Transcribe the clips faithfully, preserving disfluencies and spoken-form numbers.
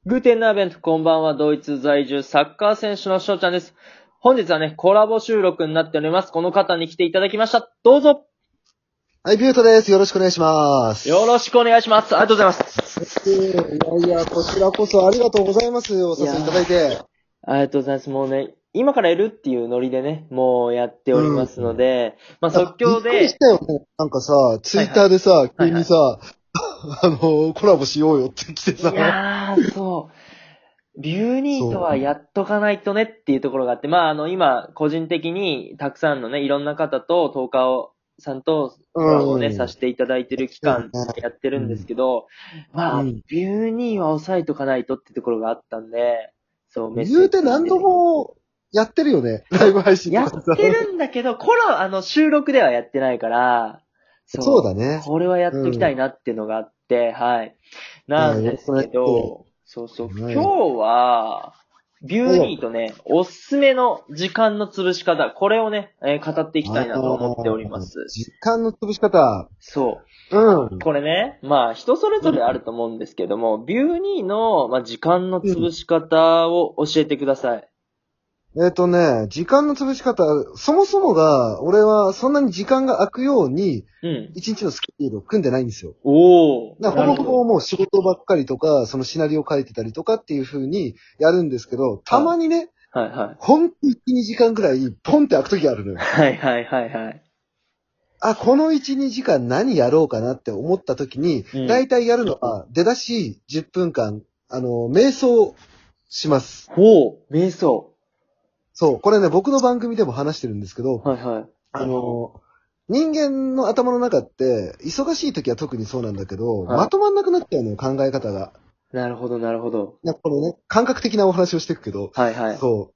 グーテンナーベント、こんばんは。ドイツ在住サッカー選手の翔ちゃんです。本日はね、コラボ収録になっております。この方に来ていただきました。どうぞ。 はい、ビュートです。よろしくお願いします。 よろしくお願いします。ありがとうございます。 いやいや、こちらこそありがとうございます。お誘いいただいて。 ありがとうございます。もうね、今からやるっていうノリでね、もうやっておりますので、まあ即興で。 びっくりしたよね。なんかさ、ツイッターでさ、 はいはい、 急にさ、はいはい、あの、コラボしようよって来てさ。 いやー、そう。ビューニーとはやっとかないとねっていうところがあって、まああの今、個人的にたくさんのね、いろんな方とトーカーをさんとコラボをね、うん、させていただいてる期間やってるんですけど、うん、まあ、うん、ビューニーは抑えとかないとってところがあったんで、そう、メッセージ。 言うて何度もやってるよね。ライブ配信とかさ。やってるんだけど、コラ、あの、収録ではやってないから、 そう。そうだね。 これはやっときたいなっていうのがあって、うん、はい。なんですけど、そうそう、今日は、ビューニーとね、おすすめの時間の潰し方、これをね、えー、語っていきたいなと思っております。 時間の潰し方。 そう。うん。これね、まあ人それぞれあると思うんですけども、うん、ビューニーの、まあ、時間の潰し方を教えてください。 えっとね、時間の潰し方、そもそもが、俺はそんなに時間が空くように、うん。一日のスケジュールを組んでないんですよ。 おー。 ほぼほぼもう仕事ばっかりとか、そのシナリオ書いてたりとかっていう風にやるんですけど、たまにね、 はい、はいはい。 ほんといち、にじかんくらい、ポンって空く時あるのよ。 はいはいはいはい。 あ、このいち、にじかん何やろうかなって思った時に、うん、だいたいやるのは、出だしじゅっぷんかん、あの、瞑想します。 ほう、瞑想。 そう、これね、僕の番組でも話してるんですけど、 はいはい。 あの、人間の頭の中って、忙しい時は特にそうなんだけど、はい、まとまんなくなっちゃうのよ、考え方が。 なるほど、なるほど。 なんかこのね、感覚的なお話をしていくけど、 はいはい。 そう。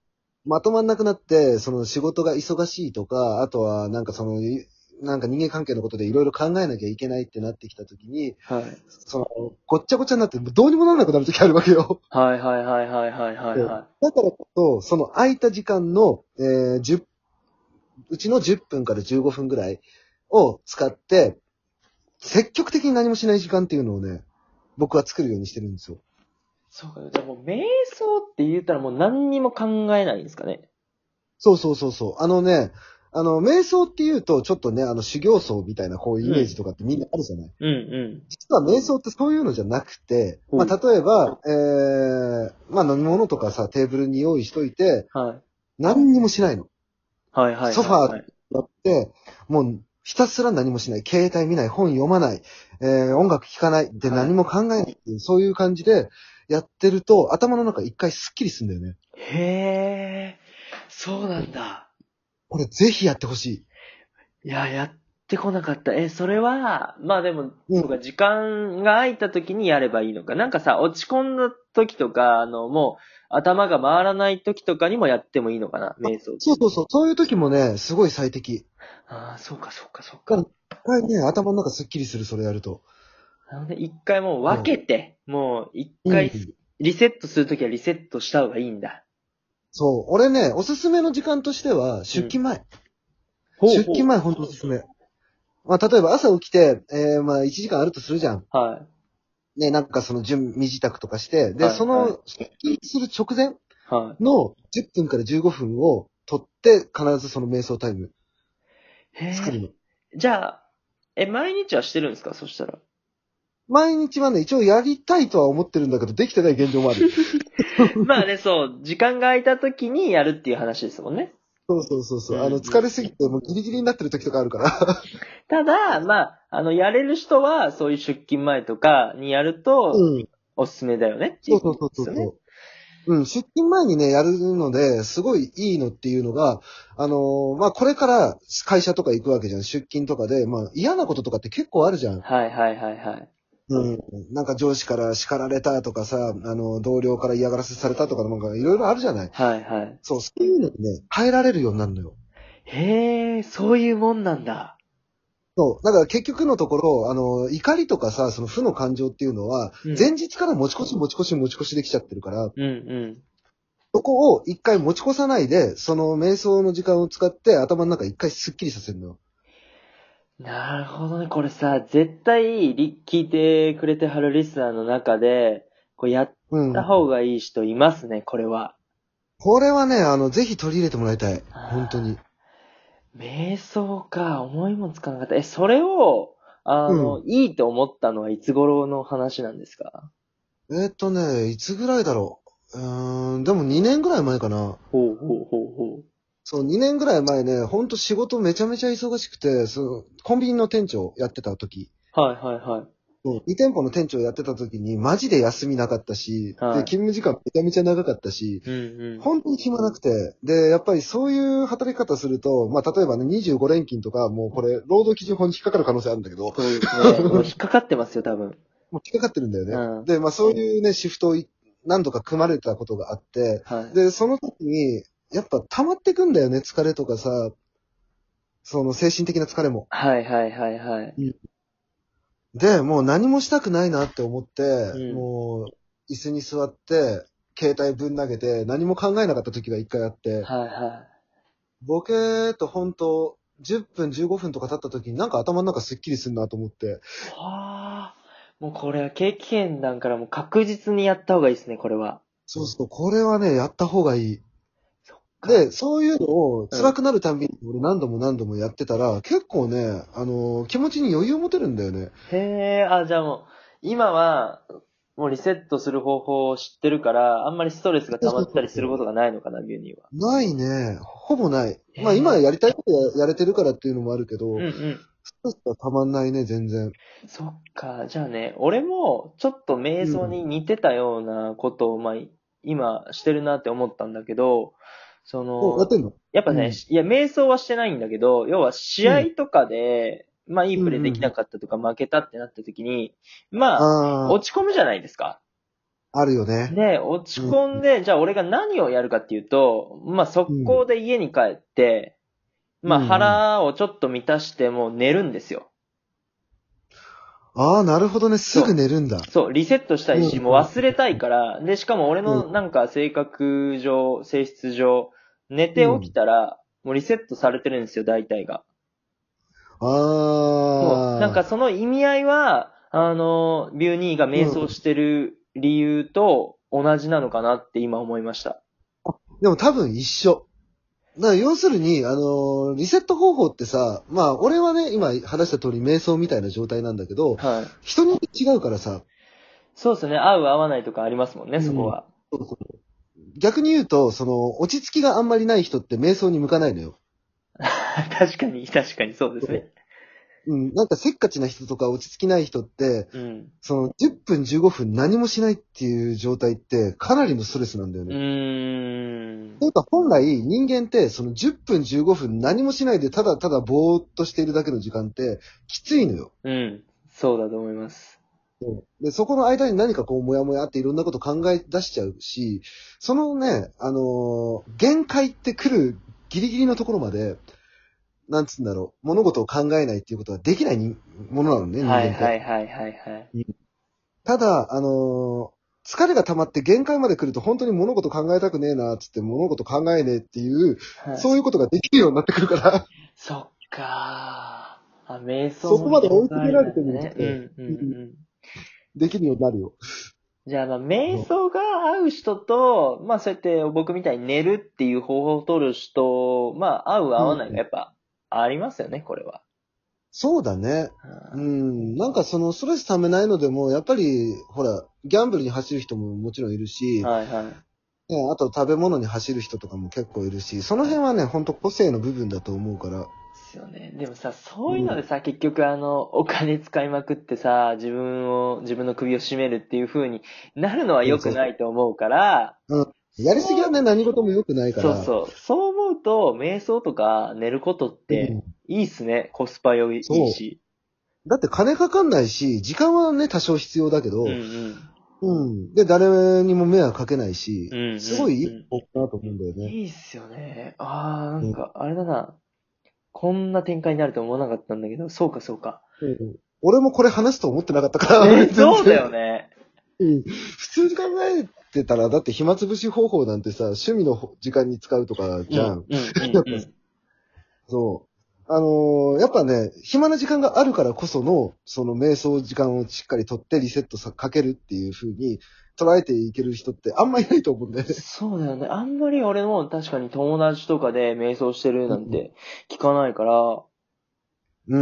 まとまんなくなって、その仕事が忙しいとか、あとはなんかその、なんか人間関係のことでいろいろ考えなきゃいけないってなってきた時に、はい。その、ごっちゃごちゃになってどうにもならなくなる時あるわけよ。 はいはいはいはいはいはい、はい。だからこそ、その空いた時間の、えー、じゅう、うちのじゅっぷんからじゅうごふんぐらいを使って、積極的に何もしない時間っていうのをね、僕は作るようにしてるんですよ。 そうか、じゃあもう瞑想って言ったらもう何にも考えないんですかね。 そうそうそうそう。あのね、あの、瞑想って言うと、ちょっとね、あの、修行僧みたいなこういうイメージとかってみんなあるじゃない、うん、うんうん。実は瞑想ってそういうのじゃなくて、まあ、例えば、えー、まあ、飲み物とかさ、テーブルに用意しといて、はい。何にもしないの。はいはいはい、はい。ソファーに座って、もう、ひたすら何もしない。携帯見ない。本読まない。えー、音楽聴かない。で、何も考えないっていう、はい、そういう感じでやってると、頭の中一回スッキリするんだよね。 へー。そうなんだ。 これぜひやってほしい。いや、やってこなかった。え、それは、まあでも、うん、そうか、時間が空いた時にやればいいのか。なんかさ、落ち込んだ時とか、あの、もう、頭が回らない時とかにもやってもいいのかな、瞑想。 そうそうそう。そういう時もね、すごい最適。 ああ、そうかそうかそうか。 一回ね、頭の中スッキリする、それやると。 なので、一回もう分けて、うん、もう一回、リセットするときはリセットした方がいいんだ。 そう。俺ね、おすすめの時間としては、出勤前。うん、出勤前ほんとおすすめ。まあ、例えば朝起きて、えー、まあ、いちじかんあるとするじゃん。はい。ね、なんかその準、身支度とかして、で、はい、その、出勤する直前のじゅっぷんからじゅうごふんを取って、必ずその瞑想タイム、作るの。 じゃあ、え、毎日はしてるんですか、そしたら。 毎日はね、一応やりたいとは思ってるんだけど、できてない現状もある。 まあね、そう、時間が空いた時にやるっていう話ですもんね。 そうそうそうそう、うん、あの、疲れすぎてもうギリギリになってる時とかあるから。 ただ、まあ、あの、やれる人は、そういう出勤前とかにやると、うん、おすすめだよねっていう、ね。 そうそうそうそう。うん、出勤前にね、やるので、すごいいいのっていうのが、あのー、まあ、これから会社とか行くわけじゃん。出勤とかで、まあ、嫌なこととかって結構あるじゃん。 はいはいはいはい。 うん。なんか上司から叱られたとかさ、あの、同僚から嫌がらせされたとかなんかいろいろあるじゃない。 はいはい。 そう、そういうのにね、変えられるようになるのよ。 へえ、そういうもんなんだ。 そう。だから結局のところ、あの、怒りとかさ、その負の感情っていうのは、うん、前日から持ち越し持ち越し持ち越しできちゃってるから、うんうん。そこを一回持ち越さないで、その瞑想の時間を使って頭の中一回スッキリさせるのよ。 なるほどね。これさ、絶対聞いてくれてはるリスナーの中で、 こうやった方がいい人いますね、これは。 これはね、あの、ぜひ取り入れてもらいたい。本当に。 瞑想か、思いもつかなかった。え、それを、あの、 うん、 いいと思ったのはいつ頃の話なんですか？ えーっとね、いつぐらいだろう。うーん、でもにねんぐらい前かな。 ほうほうほうほう。 そう、にねんぐらい前ね、ほんと仕事めちゃめちゃ忙しくて、その、コンビニの店長やってた時。 はいはいはい。 そうに店舗の店長やってた時に、マジで休みなかったし、で、 はい。 勤務時間めちゃめちゃ長かったし、 うんうん。 本当に暇なくて、で、やっぱりそういう働き方すると、まあ、例えばね、にじゅうご連勤とか、もうこれ、労働基準法に引っかかる可能性あるんだけど、 そうですね。もう引っかかってますよ、多分。 もう引っかかってるんだよね。 うん。 で、まあ、そういうね、シフトをい何度か組まれたことがあって、 はい。 で、その時に、やっぱ溜まってくんだよね、疲れとかさ、その精神的な疲れも。 はいはいはいはい。 うんで、もう何もしたくないなって思って、 うん。 もう、椅子に座って、携帯ぶん投げて、何も考えなかった時が一回あって、 はいはボケーっとほんと、じゅっぷん、じゅうごふんとか経った時になんか頭の中スッキリするなと思って。 い。はあ。もうこれは経験談からもう確実にやった方がいいですね、これは。 そうそう、これはね、やった方がいい。 そっか。 で、そういうのをうん。 辛くなるたんびに俺何度も何度もやってたら、結構ね、あのー気持ちに余裕を持てるんだよね。 へえ、あ、じゃあもう、今は、もうリセットする方法を知ってるから、あんまりストレスがそう溜まったりするこそうそう。 とがないのかな、ビューには。 ないね。ほぼない。 へまあ今え。 やりたいことややれてるからっていうのもあるけど、 うんうん。 ストレスはたまんないね、全然。 そっか。じゃあね、俺もちょっと瞑想うん。 に似てたようなことを、まあ、今してるなって思ったんだけど、そお、やっの、 てんの？ やっぱね、 うん。 いや、瞑想はしてないんだけど、要は試うん。 合とかで、まあいいうんプレーできなうんうん。 かったとか負けたってなった時に、まあ、 ああ、 落ち込むじゃないですか。 あるよね。 で、落ちうん。 込んで、じゃあ俺が何をやるかっていうと、まあ速うん。 攻で家に帰って、まあうんうん。 腹をちょっと満たしてもう寝るんですよ。 ああ、なるほどね。すぐそ寝るんだ。 う。そう、リセットしたうんいし、もううん忘れたいから、で、しかも俺うん。 のなんか性格上、性質上、寝て起きうん。 たら、もうリセットされてるんですよ、大体が。そう。なんああ、 かその意味合いは、あの、ビューニーが瞑想うん。 してる理由と同じなのかなって今思いました。 でも多分一緒。だから要するに、あのーリセット方法ってさ、まあ、俺はね、今話した通り瞑想みたいな状態なんだけど、 はい。 人によって違うからさ、 そうですね。合う合わないとかありますもんね、 うん。 そこは。 そうそう。逆に言うと、その、落ち着きがあんまりない人って瞑想に向かないのよ。 確かに、確かにそうですね。 うん、なんかせっかちな人とか落ち着きない人って、 うん。 そのじゅっぷんじゅうごふん何もしないっていう状態ってかなりのストレスなんだようね。 ーん。 というか本来人間ってそのじゅっぷんじゅうごふん何もしないでただただぼーっとしているだけの時間ってきついのよ。 うん。そうだと思います。 で、そこの間に何かこう、もやもやっていろんなこと考え出しちゃうし、そのね、あのー限界って来るギリギリのところまで、なんつうんだろう、物事を考えないっていうことはできないにものなのね、人はい間って。 はいはいはいはい。 ただ、あのー疲れが溜まって限界まで来ると本当に物事考えたくねえな、つって物事考えねえっていう、 はい。 そういうことができるようになってくるから、 そっかー。あ、瞑想そこまで追いの一つあり詰められてなんだね。 みると、 うんうんうんうん。 できるようになるよ。 じゃあまあ、瞑そう想が合う人と、まあそうやって僕みたいに寝るっていう方法を取る人、まあ合う合わないがやっぱありますよね、これは。 そうだね。うはん。なんかそのストレス溜めないのでも、やっぱり、ほら、ギャンブルに走る人ももちろんいるいし、 はいはい。 ね、あと食べ物に走る人とかも結構いるし、その辺はね、ほんと個性の部分だと思うから。 ですよね。でもさ、そういううん。 のでさ、結局あの、お金使いまくってさ、自分を、自分の首を絞めるっていう風になるのは良くそうそうそないと思うから、 う。うん。やりすぎそう、 はね、何事も良くないから。 そうそう。そう思うと、瞑想とか寝ることってうん。 いいっすね。コスパよいいいそし。 う。だって金かかんないし、時間はね、多少必要だけうんうど、 ん。 うん。で、誰にも迷惑かけないし、 うんうんすごいいいう方法だと思うんだよん。 ね。 いいっすよね。あー、なうん。 んか、あれだな。こんな展開になると思わなかったんだけど、そうかそうか。 うん俺もこれ話すと思ってなかったから、 え、 全然。 そうだよね。 うん。普通に考えてたら、だって暇つぶし方法なんてさ、趣味の時間に使うとかうん、 じゃん。 うん、うん、 やっぱうん。 そう。 あのー、やっぱね、暇な時間があるからこその、その瞑想時間をしっかりとってリセットさかけるっていう風に捉えていける人ってあんまりいないと思うんだよね。 そうだよね。あんまり俺も確かに友達とかで瞑想してるなんて聞かないから。 うん、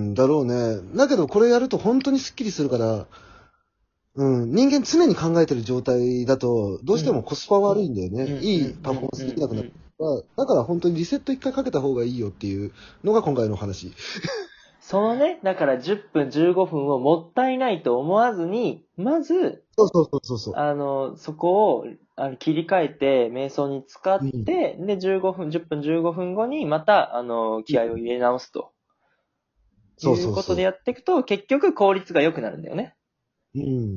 んだろうね。だけどこれやると本当にスッキリするから、うん、人間常に考えてる状態だと、どうしてもコスパ悪いんだよね。 うんいいパフォーマンスできなくなるから、だから本当にリセット一回かけた方がいいよっていうのが今回の話。 そのね、だからじゅっぷん、じゅうごふんをもったいないと思わずに、まず、 そうそうそうそうそう。 あの、そこをあの切り替えて、瞑想に使って、で、じゅうごふん、じゅっぷん、じゅうごふんごにまた、あの、気合を入れ直すと。いそうそうそう。 うことでやっていくと、結局効率が良くなるんだよね。 うん。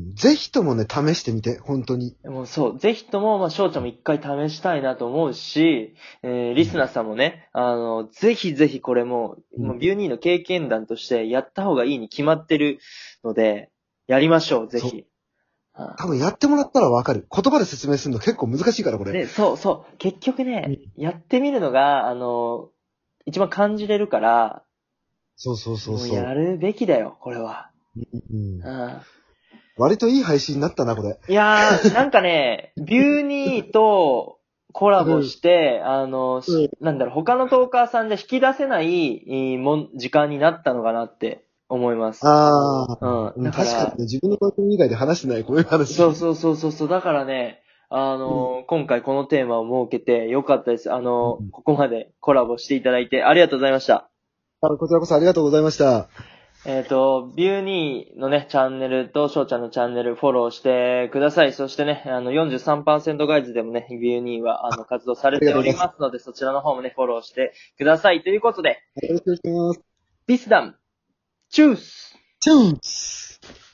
ぜひともね、試してみて、本当に。 もうそう、ぜひとも、まあ、翔ちゃんも一回試したいなと思うし、えー、リスナーさんもね、あの、ぜひぜひこれも、 うんもうビューニーの経験談としてやった方がいいに決まってるので、やりましょう、ぜひ。 多分やってもらったらわかる。言葉で説明するの結構難しいから、これ。 で、そうそう。結局ね、やってみるのが、あの、一番感じれるから、 そうそうそうもそうう。 やるべきだよ、これは。 うんうん割といい配信になったな、これ。 いやー、なんかね、ビューニーとコラボして、あの、しなんだろう、他のトーカーさんじゃ引き出せないいいもん時間になったのかなって思います。 ああ、 うん。 うんだから、 確かにね、自分の番組以外で話してない、こういう話。 そうそうそうそうそう。だからね、あの、今回このテーマを設けてよかったです。あの、 うんここまでコラボしていただいてありがとうございました。 あこちらこそありがとうございました。 えっ、と、ビューニーのね、チャンネルと翔ちゃんのチャンネルフォローしてください。そしてね、あの、よんじゅうさんパーセントガイズでもね、ビューニーは、あの、活動されておりますので、そちらの方もね、フォローしてください。ということで、 よろしくお願いします。 ビスダム、チュースチュース